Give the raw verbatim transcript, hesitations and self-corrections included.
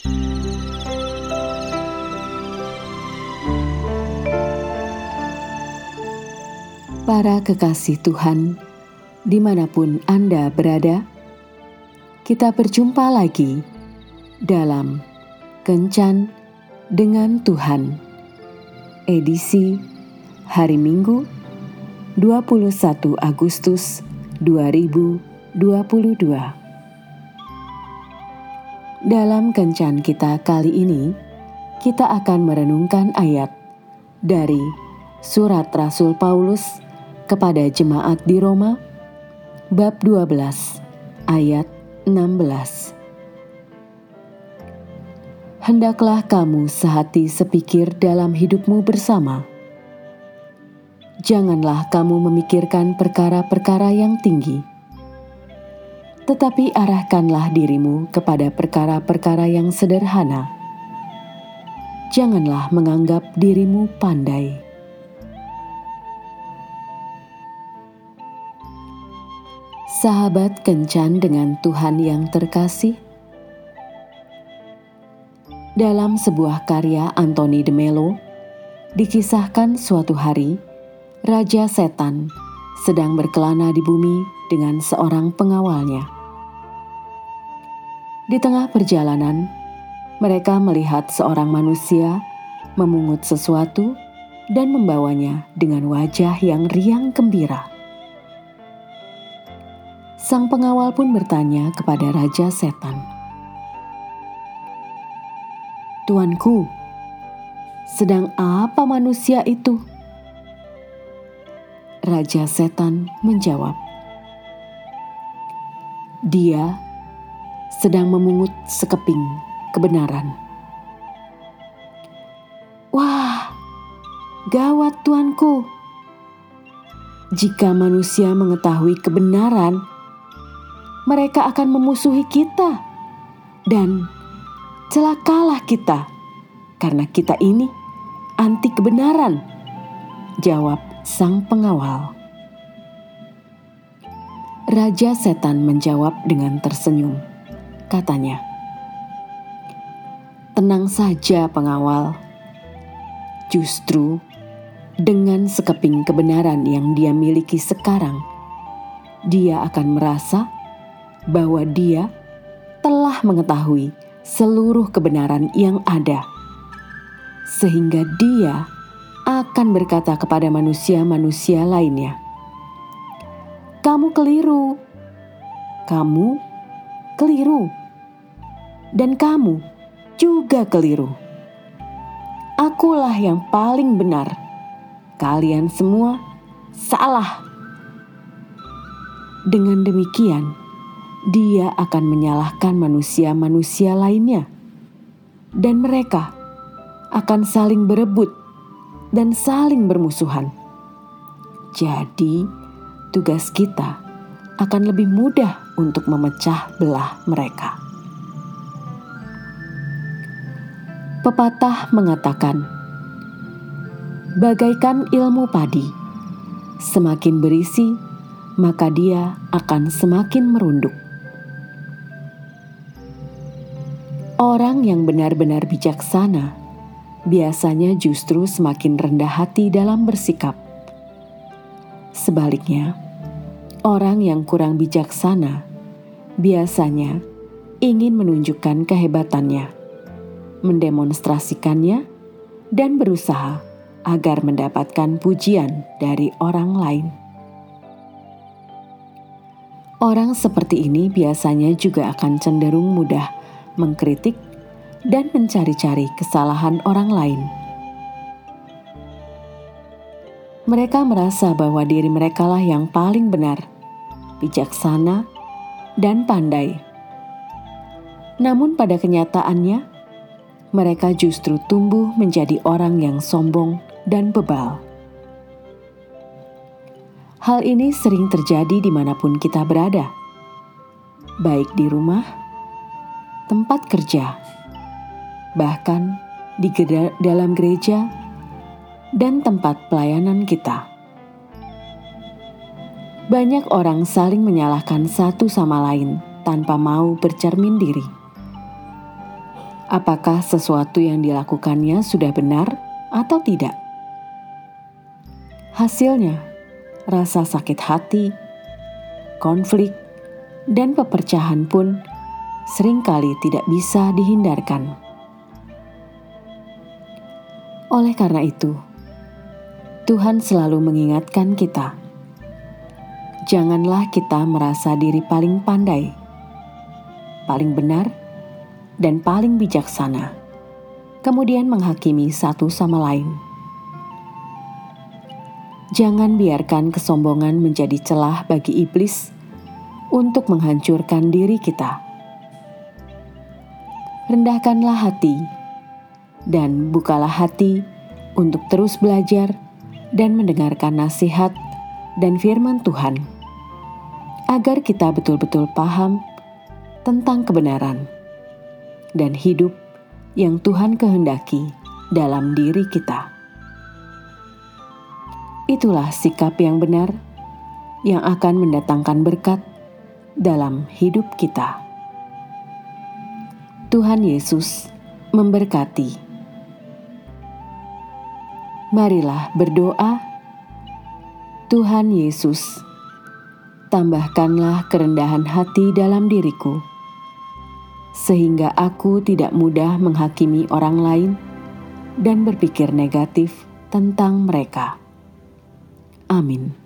Para kekasih Tuhan, dimanapun Anda berada, kita berjumpa lagi dalam Kencan dengan Tuhan, edisi hari Minggu dua puluh satu Agustus dua ribu dua puluh dua. Dalam Kencan kita kali ini, kita akan merenungkan ayat dari Surat Rasul Paulus kepada jemaat di Roma, bab dua belas, ayat enam belas. Hendaklah kamu sehati sepikir dalam hidupmu bersama. Janganlah kamu memikirkan perkara-perkara yang tinggi, tetapi arahkanlah dirimu kepada perkara-perkara yang sederhana. Janganlah menganggap dirimu pandai. Sahabat Kencan dengan Tuhan yang terkasih, dalam sebuah karya Anthony de Mello, dikisahkan suatu hari Raja Setan sedang berkelana di bumi dengan seorang pengawalnya. Di tengah perjalanan, mereka melihat seorang manusia memungut sesuatu dan membawanya dengan wajah yang riang gembira. Sang pengawal pun bertanya kepada Raja Setan, "Tuanku, sedang apa manusia itu?" Raja Setan menjawab, "Dia sedang memungut sekeping kebenaran." "Wah, gawat tuanku. Jika manusia mengetahui kebenaran, mereka akan memusuhi kita, dan celakalah kita, karena kita ini anti kebenaran," jawab sang pengawal. Raja Setan menjawab dengan tersenyum. Katanya, "Tenang saja pengawal. Justru dengan sekeping kebenaran yang dia miliki sekarang, dia akan merasa bahwa dia telah mengetahui seluruh kebenaran yang ada, sehingga dia akan berkata kepada manusia-manusia lainnya, 'Kamu keliru, kamu keliru, dan kamu juga keliru. Akulah yang paling benar, kalian semua salah.' Dengan demikian, dia akan menyalahkan manusia-manusia lainnya, dan mereka akan saling berebut dan saling bermusuhan. Jadi, tugas kita akan lebih mudah untuk memecah belah mereka." Pepatah mengatakan, bagaikan ilmu padi, semakin berisi, maka dia akan semakin merunduk. Orang yang benar-benar bijaksana biasanya justru semakin rendah hati dalam bersikap. Sebaliknya, orang yang kurang bijaksana biasanya ingin menunjukkan kehebatannya, mendemonstrasikannya, dan berusaha agar mendapatkan pujian dari orang lain. Orang seperti ini biasanya juga akan cenderung mudah mengkritik dan mencari-cari kesalahan orang lain. Mereka merasa bahwa diri merekalah yang paling benar, bijaksana, dan pandai. Namun pada kenyataannya, mereka justru tumbuh menjadi orang yang sombong dan bebal. Hal ini sering terjadi dimanapun kita berada, baik di rumah, tempat kerja, bahkan di gere- dalam gereja dan tempat pelayanan kita. Banyak orang saling menyalahkan satu sama lain tanpa mau bercermin diri. apakah sesuatu yang dilakukannya sudah benar atau tidak. Hasilnya, rasa sakit hati, konflik, dan pepercahan pun seringkali tidak bisa dihindarkan. Oleh karena itu, Tuhan selalu mengingatkan kita, janganlah kita merasa diri paling pandai, paling benar, dan paling bijaksana, kemudian menghakimi satu sama lain. Jangan biarkan kesombongan menjadi celah bagi iblis untuk menghancurkan diri kita. Rendahkanlah hati dan bukalah hati untuk terus belajar dan mendengarkan nasihat dan firman Tuhan, agar kita betul-betul paham tentang kebenaran dan hidup yang Tuhan kehendaki dalam diri kita. Itulah sikap yang benar yang akan mendatangkan berkat dalam hidup kita. Tuhan Yesus memberkati. Marilah berdoa. Tuhan Yesus, tambahkanlah kerendahan hati dalam diriku, sehingga aku tidak mudah menghakimi orang lain dan berpikir negatif tentang mereka. Amin.